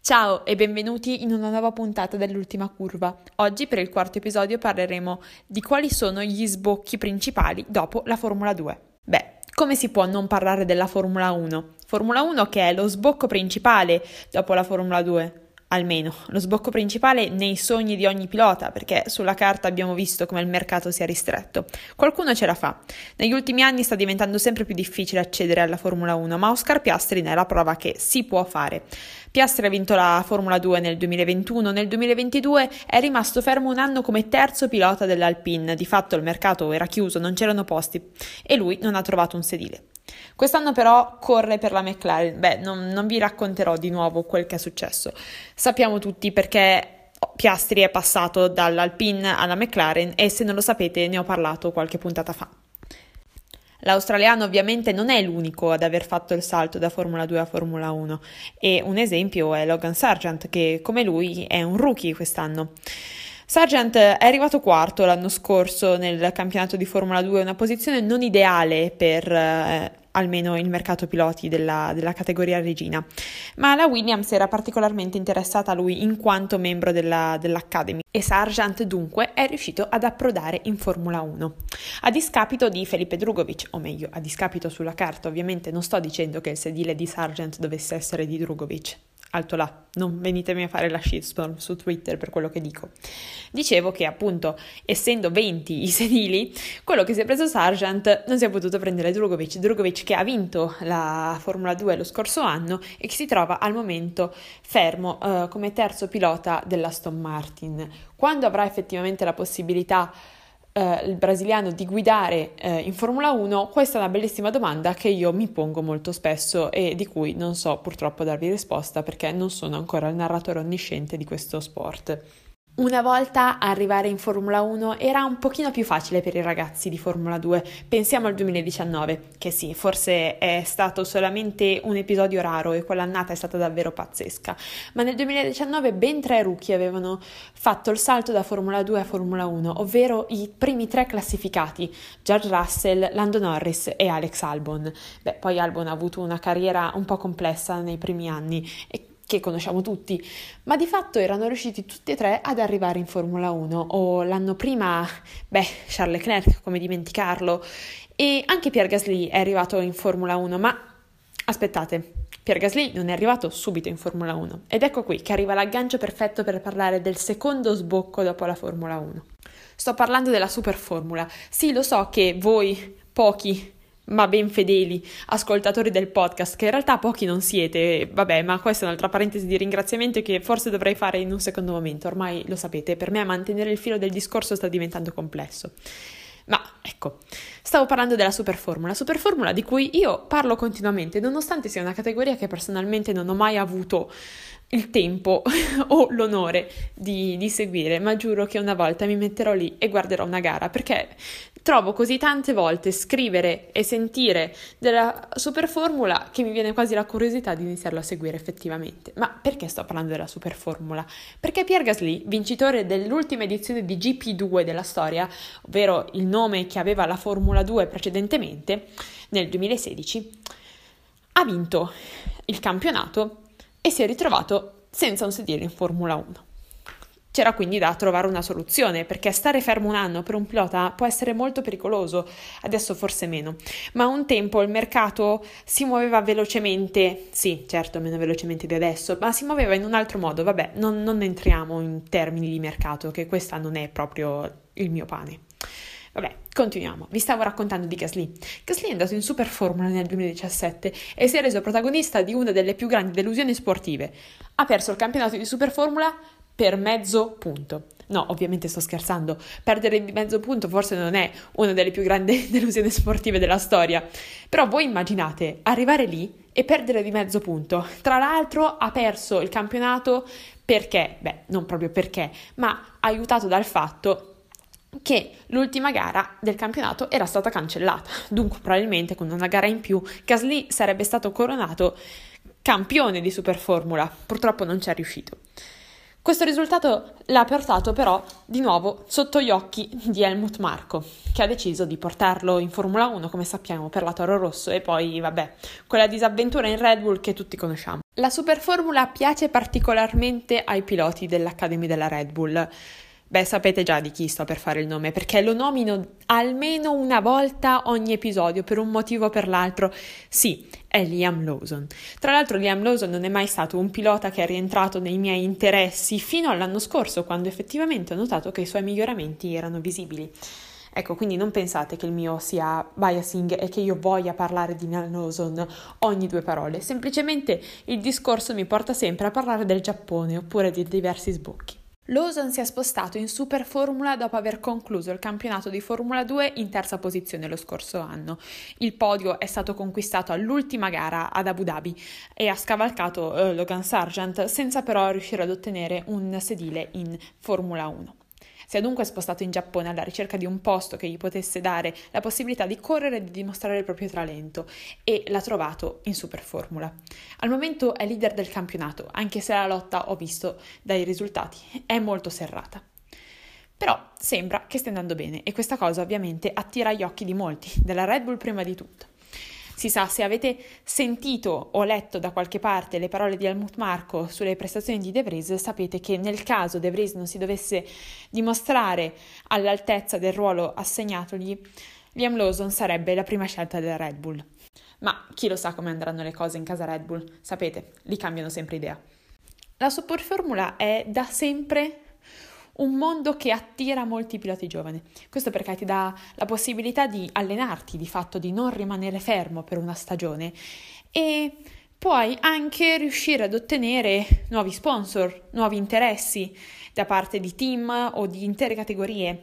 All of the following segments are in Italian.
Ciao e benvenuti in una nuova puntata dell'Ultima Curva. Oggi per il quarto episodio parleremo di quali sono gli sbocchi principali dopo la Formula 2. Come si può non parlare della Formula 1? Formula 1 che è lo sbocco principale dopo la Formula 2. Almeno, lo sbocco principale nei sogni di ogni pilota, perché sulla carta abbiamo visto come il mercato sia ristretto. Qualcuno ce la fa. Negli ultimi anni sta diventando sempre più difficile accedere alla Formula 1, ma Oscar Piastri ne è la prova che si può fare. Piastri ha vinto la Formula 2 nel 2021, nel 2022 è rimasto fermo un anno come terzo pilota dell'Alpine, di fatto il mercato era chiuso, non c'erano posti e lui non ha trovato un sedile. Quest'anno però corre per la McLaren. Non vi racconterò di nuovo quel che è successo. Sappiamo tutti perché Piastri è passato dall'Alpine alla McLaren e se non lo sapete ne ho parlato qualche puntata fa. L'australiano ovviamente non è l'unico ad aver fatto il salto da Formula 2 a Formula 1 e un esempio è Logan Sargeant che come lui è un rookie quest'anno. Sargeant è arrivato quarto l'anno scorso nel campionato di Formula 2, una posizione non ideale per almeno il mercato piloti della categoria regina, ma la Williams era particolarmente interessata a lui in quanto membro dell'Academy e Sargeant dunque è riuscito ad approdare in Formula 1, a discapito di Felipe Drugovich, o meglio, a discapito sulla carta. Ovviamente non sto dicendo che il sedile di Sargeant dovesse essere di Drugovich. Alto là, non venitemi a fare la shitstorm su Twitter per quello che dico. Dicevo che appunto, essendo 20 i sedili, quello che si è preso Sargeant non si è potuto prendere Drugovich che ha vinto la Formula 2 lo scorso anno e che si trova al momento fermo come terzo pilota dell'Aston Martin. Quando avrà effettivamente la possibilità il brasiliano di guidare in Formula 1? Questa è una bellissima domanda che io mi pongo molto spesso e di cui non so purtroppo darvi risposta perché non sono ancora il narratore onnisciente di questo sport. Una volta arrivare in Formula 1 era un pochino più facile per i ragazzi di Formula 2. Pensiamo al 2019, che sì, forse è stato solamente un episodio raro e quell'annata è stata davvero pazzesca, ma nel 2019 ben 3 rookie avevano fatto il salto da Formula 2 a Formula 1, ovvero i primi 3 classificati, George Russell, Lando Norris e Alex Albon. Poi Albon ha avuto una carriera un po' complessa nei primi anni e che conosciamo tutti, ma di fatto erano riusciti tutti e 3 ad arrivare in Formula 1, o l'anno prima, Charles Leclerc, come dimenticarlo, e anche Pierre Gasly è arrivato in Formula 1, ma aspettate, Pierre Gasly non è arrivato subito in Formula 1, ed ecco qui che arriva l'aggancio perfetto per parlare del secondo sbocco dopo la Formula 1. Sto parlando della Super Formula. Sì, lo so che voi, pochi, ma ben fedeli ascoltatori del podcast, che in realtà pochi non siete, ma questa è un'altra parentesi di ringraziamento che forse dovrei fare in un secondo momento, ormai lo sapete, per me mantenere il filo del discorso sta diventando complesso. Ma ecco, stavo parlando della Super Formula di cui io parlo continuamente, nonostante sia una categoria che personalmente non ho mai avuto il tempo o l'onore di seguire, ma giuro che una volta mi metterò lì e guarderò una gara, perché trovo così tante volte scrivere e sentire della Super Formula che mi viene quasi la curiosità di iniziarlo a seguire effettivamente. Ma perché sto parlando della Super Formula? Perché Pierre Gasly, vincitore dell'ultima edizione di GP2 della storia, ovvero il nome che aveva la Formula 2 precedentemente, nel 2016, ha vinto il campionato e si è ritrovato senza un sedile in Formula 1. C'era quindi da trovare una soluzione, perché stare fermo un anno per un pilota può essere molto pericoloso, adesso forse meno, ma un tempo il mercato si muoveva velocemente, sì, certo, meno velocemente di adesso, ma si muoveva in un altro modo. Non entriamo in termini di mercato, che questa non è proprio il mio pane. Continuiamo. Vi stavo raccontando di Gasly. Gasly è andato in Super Formula nel 2017 e si è reso protagonista di una delle più grandi delusioni sportive. Ha perso il campionato di Super Formula per mezzo punto. No, ovviamente sto scherzando. Perdere di mezzo punto forse non è una delle più grandi delusioni sportive della storia. Però voi immaginate arrivare lì e perdere di mezzo punto. Tra l'altro ha perso il campionato perché, non proprio perché, ma aiutato dal fatto che l'ultima gara del campionato era stata cancellata. Dunque probabilmente con una gara in più Gasly sarebbe stato coronato campione di Super Formula. Purtroppo non ci è riuscito. Questo risultato l'ha portato però di nuovo sotto gli occhi di Helmut Marko, che ha deciso di portarlo in Formula 1, come sappiamo, per la Toro Rosso, e poi, vabbè, quella disavventura in Red Bull che tutti conosciamo. La Superformula piace particolarmente ai piloti dell'Academy della Red Bull. Beh, sapete già di chi sto per fare il nome, perché lo nomino almeno una volta ogni episodio, per un motivo o per l'altro. Sì, è Liam Lawson. Tra l'altro Liam Lawson non è mai stato un pilota che è rientrato nei miei interessi fino all'anno scorso, quando effettivamente ho notato che i suoi miglioramenti erano visibili. Ecco, quindi non pensate che il mio sia biasing e che io voglia parlare di Liam Lawson ogni due parole. Semplicemente il discorso mi porta sempre a parlare del Giappone oppure di diversi sbocchi. Lawson si è spostato in Superformula dopo aver concluso il campionato di Formula 2 in terza posizione lo scorso anno. Il podio è stato conquistato all'ultima gara ad Abu Dhabi e ha scavalcato Logan Sargent senza però riuscire ad ottenere un sedile in Formula 1. Si è dunque spostato in Giappone alla ricerca di un posto che gli potesse dare la possibilità di correre e di dimostrare il proprio talento, e l'ha trovato in Superformula. Al momento è leader del campionato, anche se la lotta, ho visto dai risultati, è molto serrata. Però sembra che stia andando bene, e questa cosa ovviamente attira gli occhi di molti, della Red Bull prima di tutto. Si sa, se avete sentito o letto da qualche parte le parole di Helmut Marko sulle prestazioni di De Vries, sapete che nel caso De Vries non si dovesse dimostrare all'altezza del ruolo assegnatogli, Liam Lawson sarebbe la prima scelta della Red Bull. Ma chi lo sa come andranno le cose in casa Red Bull? Sapete, li cambiano sempre idea. La Superformula è da sempre un mondo che attira molti piloti giovani. Questo perché ti dà la possibilità di allenarti, di fatto di non rimanere fermo per una stagione, e puoi anche riuscire ad ottenere nuovi sponsor, nuovi interessi da parte di team o di intere categorie,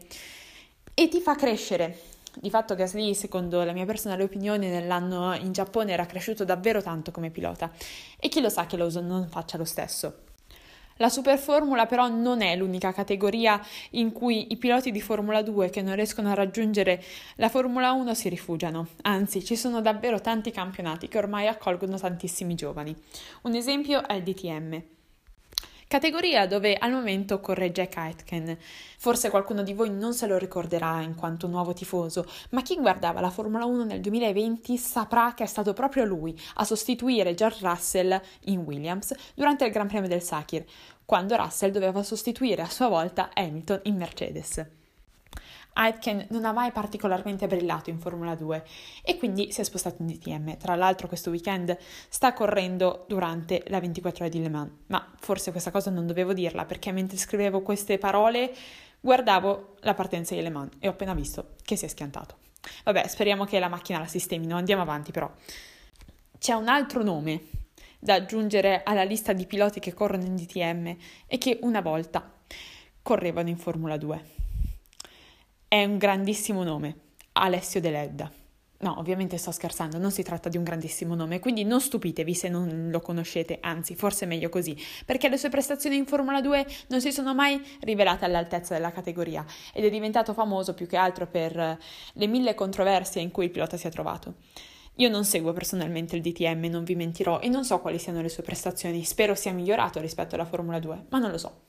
e ti fa crescere. Di fatto Gasly, secondo la mia personale opinione, nell'anno in Giappone era cresciuto davvero tanto come pilota, e chi lo sa che Lawson non faccia lo stesso. La Superformula però non è l'unica categoria in cui i piloti di Formula 2 che non riescono a raggiungere la Formula 1 si rifugiano, anzi ci sono davvero tanti campionati che ormai accolgono tantissimi giovani. Un esempio è il DTM, categoria dove al momento corre Jack Aitken. Forse qualcuno di voi non se lo ricorderà in quanto nuovo tifoso, ma chi guardava la Formula 1 nel 2020 saprà che è stato proprio lui a sostituire George Russell in Williams durante il Gran Premio del Sakir, quando Russell doveva sostituire a sua volta Hamilton in Mercedes. Aitken non ha mai particolarmente brillato in Formula 2 e quindi si è spostato in DTM. Tra l'altro questo weekend sta correndo durante la 24 ore di Le Mans, ma forse questa cosa non dovevo dirla, perché mentre scrivevo queste parole guardavo la partenza di Le Mans e ho appena visto che si è schiantato. Vabbè, speriamo che la macchina la sistemino, andiamo avanti però. C'è un altro nome da aggiungere alla lista di piloti che corrono in DTM e che una volta correvano in Formula 2. È un grandissimo nome, Alessio Deledda. No, ovviamente sto scherzando, non si tratta di un grandissimo nome, quindi non stupitevi se non lo conoscete, anzi, forse è meglio così, perché le sue prestazioni in Formula 2 non si sono mai rivelate all'altezza della categoria ed è diventato famoso più che altro per le 1000 controversie in cui il pilota si è trovato. Io non seguo personalmente il DTM, non vi mentirò, e non so quali siano le sue prestazioni, spero sia migliorato rispetto alla Formula 2, ma non lo so.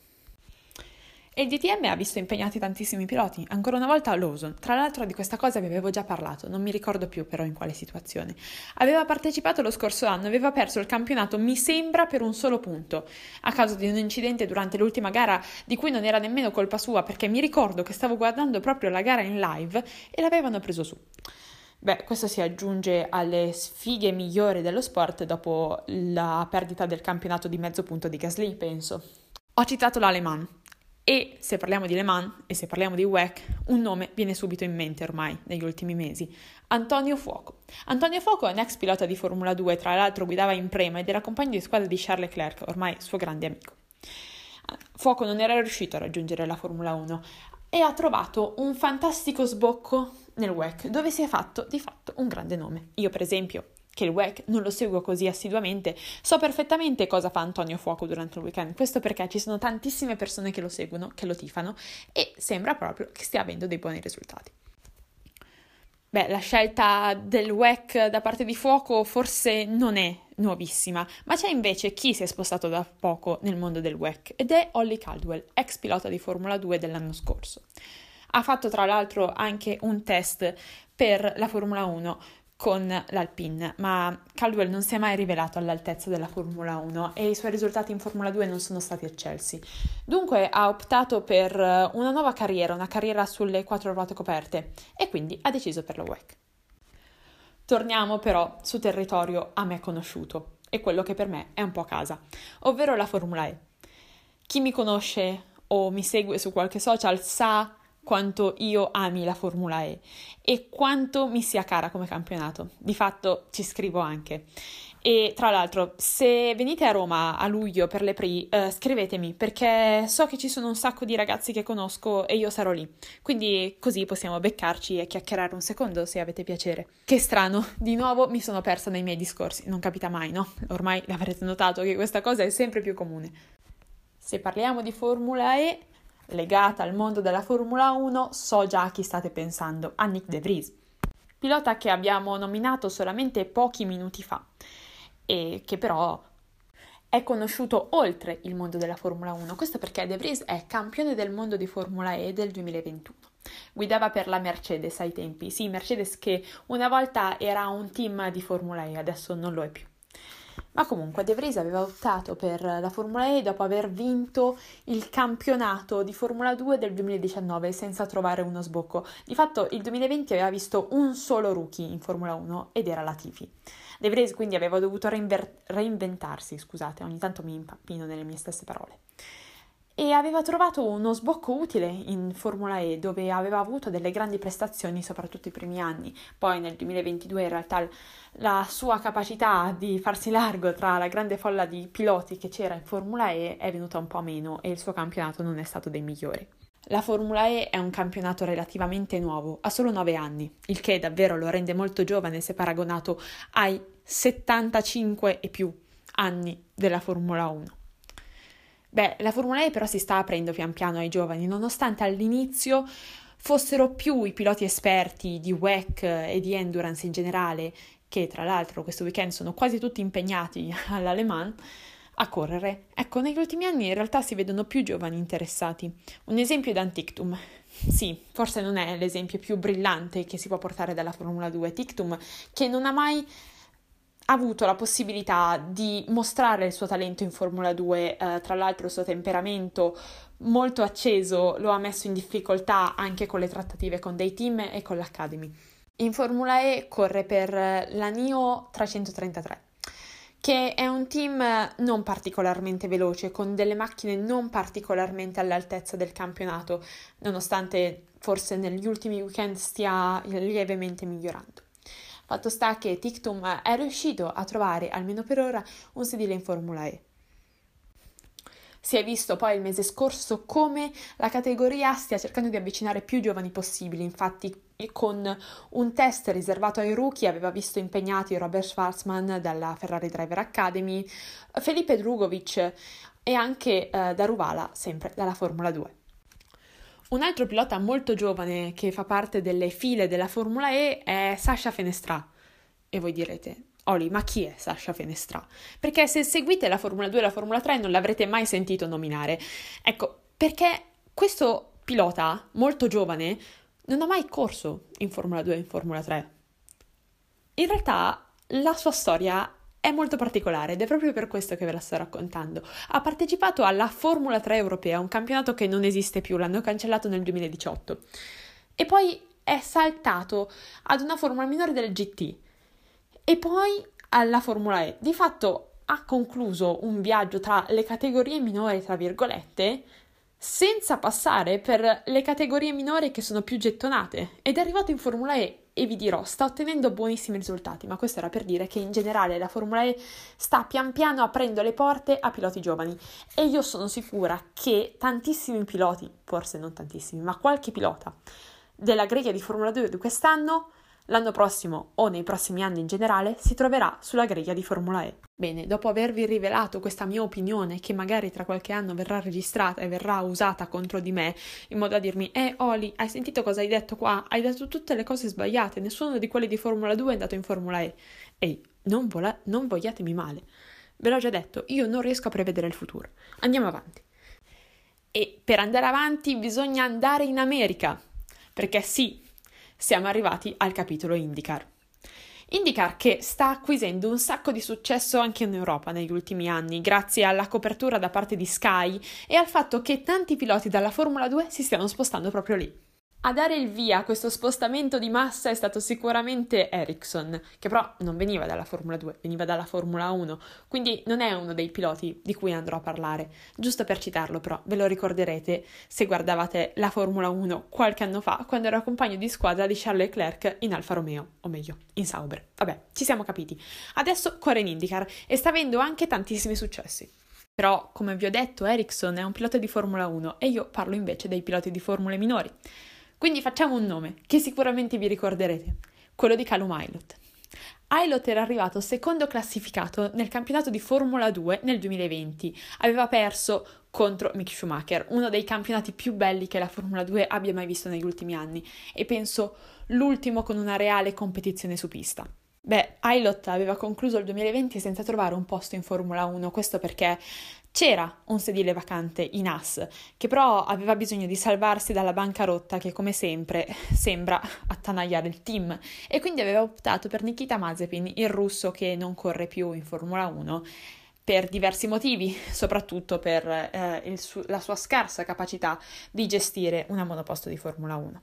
E il DTM ha visto impegnati tantissimi piloti, ancora una volta Lawson. Tra l'altro di questa cosa vi avevo già parlato, non mi ricordo più però in quale situazione. Aveva partecipato lo scorso anno, aveva perso il campionato, mi sembra, per un solo punto, a causa di un incidente durante l'ultima gara di cui non era nemmeno colpa sua, perché mi ricordo che stavo guardando proprio la gara in live e l'avevano preso su. Beh, questo si aggiunge alle sfighe migliori dello sport dopo la perdita del campionato di mezzo punto di Gasly, penso. Ho citato la Le Mans. E se parliamo di Le Mans e se parliamo di WEC, un nome viene subito in mente ormai negli ultimi mesi: Antonio Fuoco. Antonio Fuoco è un ex pilota di Formula 2, tra l'altro guidava in Prema ed era compagno di squadra di Charles Leclerc, ormai suo grande amico. Fuoco non era riuscito a raggiungere la Formula 1 e ha trovato un fantastico sbocco nel WEC, dove si è fatto di fatto un grande nome. Io per esempio, che il WEC non lo seguo così assiduamente, so perfettamente cosa fa Antonio Fuoco durante il weekend, questo perché ci sono tantissime persone che lo seguono, che lo tifano, e sembra proprio che stia avendo dei buoni risultati. Beh, la scelta del WEC da parte di Fuoco forse non è nuovissima, ma c'è invece chi si è spostato da poco nel mondo del WEC ed è Ollie Caldwell, ex pilota di Formula 2 dell'anno scorso. Ha fatto tra l'altro anche un test per la Formula 1 con l'Alpine, ma Caldwell non si è mai rivelato all'altezza della Formula 1 e i suoi risultati in Formula 2 non sono stati eccelsi. Dunque ha optato per una nuova carriera, una carriera sulle 4 ruote coperte e quindi ha deciso per la WEC. Torniamo però su territorio a me conosciuto e quello che per me è un po' casa, ovvero la Formula E. Chi mi conosce o mi segue su qualche social sa quanto io ami la Formula E e quanto mi sia cara come campionato. Di fatto ci scrivo anche. E tra l'altro, se venite a Roma a luglio per le Prix, scrivetemi perché so che ci sono un sacco di ragazzi che conosco e io sarò lì. Quindi così possiamo beccarci e chiacchierare un secondo se avete piacere. Che strano, di nuovo mi sono persa nei miei discorsi. Non capita mai, no? Ormai l'avrete notato che questa cosa è sempre più comune. Se parliamo di Formula E legata al mondo della Formula 1, so già a chi state pensando, a Nyck de Vries, pilota che abbiamo nominato solamente pochi minuti fa e che però è conosciuto oltre il mondo della Formula 1. Questo perché de Vries è campione del mondo di Formula E del 2021. Guidava per la Mercedes ai tempi, sì, Mercedes che una volta era un team di Formula E, adesso non lo è più. Ma comunque De Vries aveva optato per la Formula E dopo aver vinto il campionato di Formula 2 del 2019 senza trovare uno sbocco. Di fatto il 2020 aveva visto un solo rookie in Formula 1 ed era Latifi. De Vries quindi aveva dovuto reinventarsi, scusate, ogni tanto mi impappino nelle mie stesse parole. E aveva trovato uno sbocco utile in Formula E, dove aveva avuto delle grandi prestazioni, soprattutto i primi anni. Poi nel 2022 in realtà la sua capacità di farsi largo tra la grande folla di piloti che c'era in Formula E è venuta un po' meno e il suo campionato non è stato dei migliori. La Formula E è un campionato relativamente nuovo, ha solo 9 anni, il che davvero lo rende molto giovane se paragonato ai 75 e più anni della Formula 1. Beh, la Formula E però si sta aprendo pian piano ai giovani, nonostante all'inizio fossero più i piloti esperti di WEC e di Endurance in generale, che tra l'altro questo weekend sono quasi tutti impegnati all'Ale Mans, a correre. Ecco, negli ultimi anni in realtà si vedono più giovani interessati. Un esempio è Dan Ticktum. Sì, forse non è l'esempio più brillante che si può portare dalla Formula 2. Ticktum, che non ha mai avuto la possibilità di mostrare il suo talento in Formula 2, tra l'altro il suo temperamento molto acceso lo ha messo in difficoltà anche con le trattative con dei team e con l'Academy. In Formula E corre per la NIO 333, che è un team non particolarmente veloce, con delle macchine non particolarmente all'altezza del campionato, nonostante forse negli ultimi weekend stia lievemente migliorando. Fatto sta che Ticktum è riuscito a trovare, almeno per ora, un sedile in Formula E. Si è visto poi il mese scorso come la categoria stia cercando di avvicinare più giovani possibili, infatti con un test riservato ai rookie aveva visto impegnati Robert Schwarzman dalla Ferrari Driver Academy, Felipe Drugovich e anche Daruvala, sempre dalla Formula 2. Un altro pilota molto giovane che fa parte delle file della Formula E è Sasha Fenestra. E voi direte, Oli, ma chi è Sasha Fenestra? Perché se seguite la Formula 2 e la Formula 3 non l'avrete mai sentito nominare. Ecco, perché questo pilota molto giovane non ha mai corso in Formula 2 e in Formula 3. In realtà la sua storia è molto particolare ed è proprio per questo che ve la sto raccontando. Ha partecipato alla Formula 3 europea, un campionato che non esiste più, l'hanno cancellato nel 2018. E poi è saltato ad una formula minore del GT e poi alla Formula E. Di fatto ha concluso un viaggio tra le categorie minori, tra virgolette, senza passare per le categorie minori che sono più gettonate ed è arrivato in Formula E e vi dirò, sta ottenendo buonissimi risultati, ma questo era per dire che in generale la Formula E sta pian piano aprendo le porte a piloti giovani e io sono sicura che tantissimi piloti, forse non tantissimi, ma qualche pilota della griglia di Formula 2 di quest'anno l'anno prossimo o nei prossimi anni in generale si troverà sulla griglia di Formula E. Bene, dopo avervi rivelato questa mia opinione che magari tra qualche anno verrà registrata e verrà usata contro di me in modo da dirmi Oli, hai sentito cosa hai detto qua? Hai detto tutte le cose sbagliate, nessuno di quelli di Formula 2 è andato in Formula E. Ehi, non vogliatemi male. Ve l'ho già detto, io non riesco a prevedere il futuro. Andiamo avanti. E per andare avanti bisogna andare in America, perché sì, siamo arrivati al capitolo IndyCar. IndyCar che sta acquisendo un sacco di successo anche in Europa negli ultimi anni, grazie alla copertura da parte di Sky e al fatto che tanti piloti dalla Formula 2 si stiano spostando proprio lì. A dare il via a questo spostamento di massa è stato sicuramente Ericsson, che però non veniva dalla Formula 2, veniva dalla Formula 1, quindi non è uno dei piloti di cui andrò a parlare. Giusto per citarlo però, ve lo ricorderete se guardavate la Formula 1 qualche anno fa, quando era compagno di squadra di Charles Leclerc in Alfa Romeo, o meglio, in Sauber. Vabbè, ci siamo capiti. Adesso corre in IndyCar e sta avendo anche tantissimi successi. Però, come vi ho detto, Ericsson è un pilota di Formula 1 e io parlo invece dei piloti di formule minori. Quindi facciamo un nome che sicuramente vi ricorderete, quello di Callum Ilott. Ilott era arrivato secondo classificato nel campionato di Formula 2 nel 2020. Aveva perso contro Mick Schumacher, uno dei campionati più belli che la Formula 2 abbia mai visto negli ultimi anni e penso l'ultimo con una reale competizione su pista. Ilott aveva concluso il 2020 senza trovare un posto in Formula 1, questo perché c'era un sedile vacante in Haas, che però aveva bisogno di salvarsi dalla bancarotta che come sempre sembra attanagliare il team e quindi aveva optato per Nikita Mazepin, il russo che non corre più in Formula 1 per diversi motivi, soprattutto per la sua scarsa capacità di gestire una monoposto di Formula 1.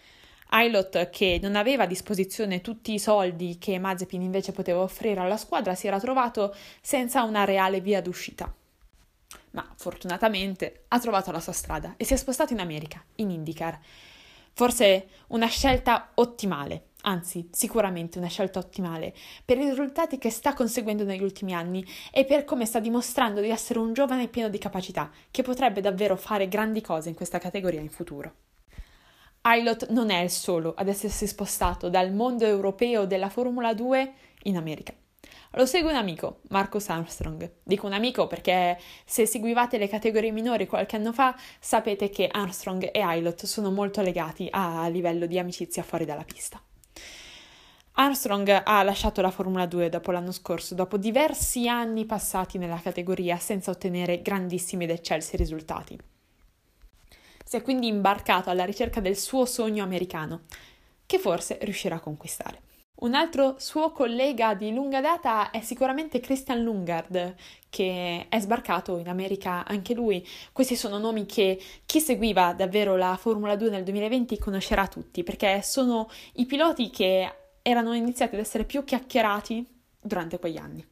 Ilott, che non aveva a disposizione tutti i soldi che Mazepin invece poteva offrire alla squadra, si era trovato senza una reale via d'uscita. Ma fortunatamente ha trovato la sua strada e si è spostato in America, in IndyCar. Forse una scelta ottimale, anzi sicuramente una scelta ottimale, per i risultati che sta conseguendo negli ultimi anni e per come sta dimostrando di essere un giovane pieno di capacità, che potrebbe davvero fare grandi cose in questa categoria in futuro. Ilott non è il solo ad essersi spostato dal mondo europeo della Formula 2 in America. Lo segue un amico, Marcus Armstrong. Dico un amico perché se seguivate le categorie minori qualche anno fa sapete che Armstrong e Ilott sono molto legati a livello di amicizia fuori dalla pista. Armstrong ha lasciato la Formula 2 dopo l'anno scorso, dopo diversi anni passati nella categoria senza ottenere grandissimi ed eccelsi risultati. Si è quindi imbarcato alla ricerca del suo sogno americano, che forse riuscirà a conquistare. Un altro suo collega di lunga data è sicuramente Christian Lundgaard, che è sbarcato in America anche lui. Questi sono nomi che chi seguiva davvero la Formula 2 nel 2020 conoscerà tutti, perché sono i piloti che erano iniziati ad essere più chiacchierati durante quegli anni.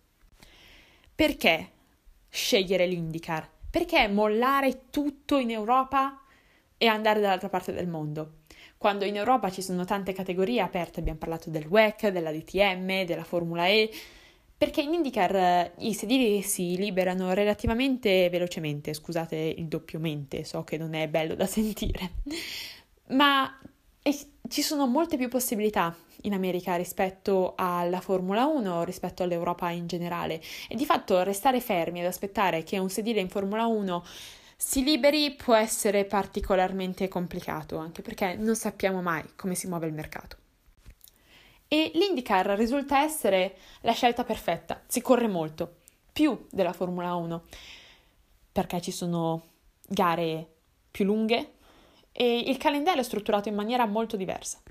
Perché scegliere l'IndyCar? Perché mollare tutto in Europa e andare dall'altra parte del mondo? Quando in Europa ci sono tante categorie aperte, abbiamo parlato del WEC, della DTM, della Formula E, perché in IndyCar i sedili si liberano relativamente velocemente, scusate il doppio mente, so che non è bello da sentire, ma ci sono molte più possibilità in America rispetto alla Formula 1, rispetto all'Europa in generale, e di fatto restare fermi ed aspettare che un sedile in Formula 1 si liberi può essere particolarmente complicato, anche perché non sappiamo mai come si muove il mercato. E l'IndyCar risulta essere la scelta perfetta, si corre molto, più della Formula 1, perché ci sono gare più lunghe e il calendario è strutturato in maniera molto diversa.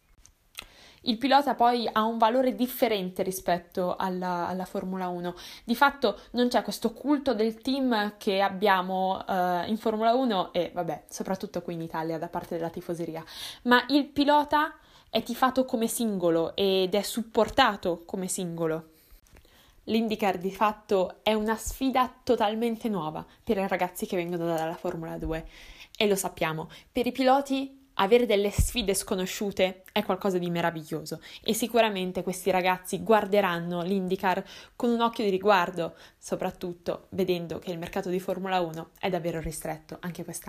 Il pilota poi ha un valore differente rispetto alla Formula 1. Di fatto non c'è questo culto del team che abbiamo in Formula 1 e vabbè, soprattutto qui in Italia da parte della tifoseria, ma il pilota è tifato come singolo ed è supportato come singolo. L'IndyCar di fatto è una sfida totalmente nuova per i ragazzi che vengono dalla Formula 2 e lo sappiamo, per i piloti avere delle sfide sconosciute è qualcosa di meraviglioso e sicuramente questi ragazzi guarderanno l'IndyCar con un occhio di riguardo, soprattutto vedendo che il mercato di Formula 1 è davvero ristretto anche quest'anno.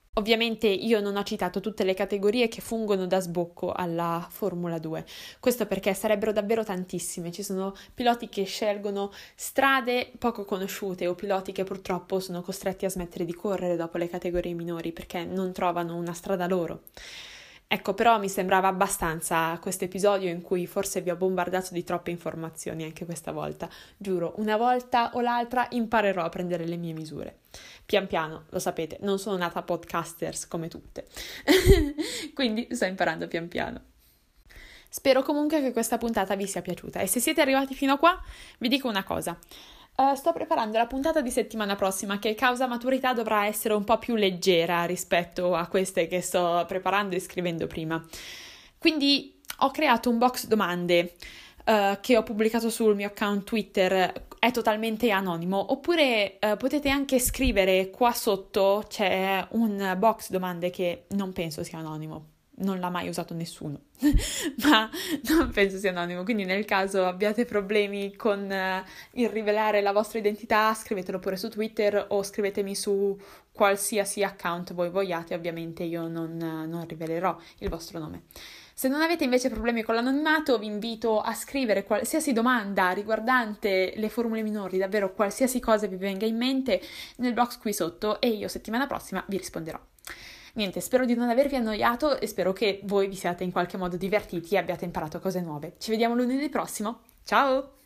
Ovviamente io non ho citato tutte le categorie che fungono da sbocco alla Formula 2, questo perché sarebbero davvero tantissime, ci sono piloti che scelgono strade poco conosciute o piloti che purtroppo sono costretti a smettere di correre dopo le categorie minori perché non trovano una strada loro. Ecco, però mi sembrava abbastanza questo episodio in cui forse vi ho bombardato di troppe informazioni anche questa volta. Giuro, una volta o l'altra imparerò a prendere le mie misure. Pian piano, lo sapete, non sono nata podcasters come tutte, quindi sto imparando pian piano. Spero comunque che questa puntata vi sia piaciuta e se siete arrivati fino a qua vi dico una cosa. Sto preparando la puntata di settimana prossima che causa maturità dovrà essere un po' più leggera rispetto a queste che sto preparando e scrivendo prima. Quindi ho creato un box domande che ho pubblicato sul mio account Twitter, è totalmente anonimo, oppure potete anche scrivere qua sotto, c'è un box domande che non penso sia anonimo. Non l'ha mai usato nessuno, ma non penso sia anonimo, quindi nel caso abbiate problemi con il rivelare la vostra identità, scrivetelo pure su Twitter o scrivetemi su qualsiasi account voi vogliate, ovviamente io non rivelerò il vostro nome. Se non avete invece problemi con l'anonimato, vi invito a scrivere qualsiasi domanda riguardante le formule minori, davvero qualsiasi cosa vi venga in mente nel box qui sotto e io settimana prossima vi risponderò. Niente, spero di non avervi annoiato e spero che voi vi siate in qualche modo divertiti e abbiate imparato cose nuove. Ci vediamo lunedì prossimo. Ciao!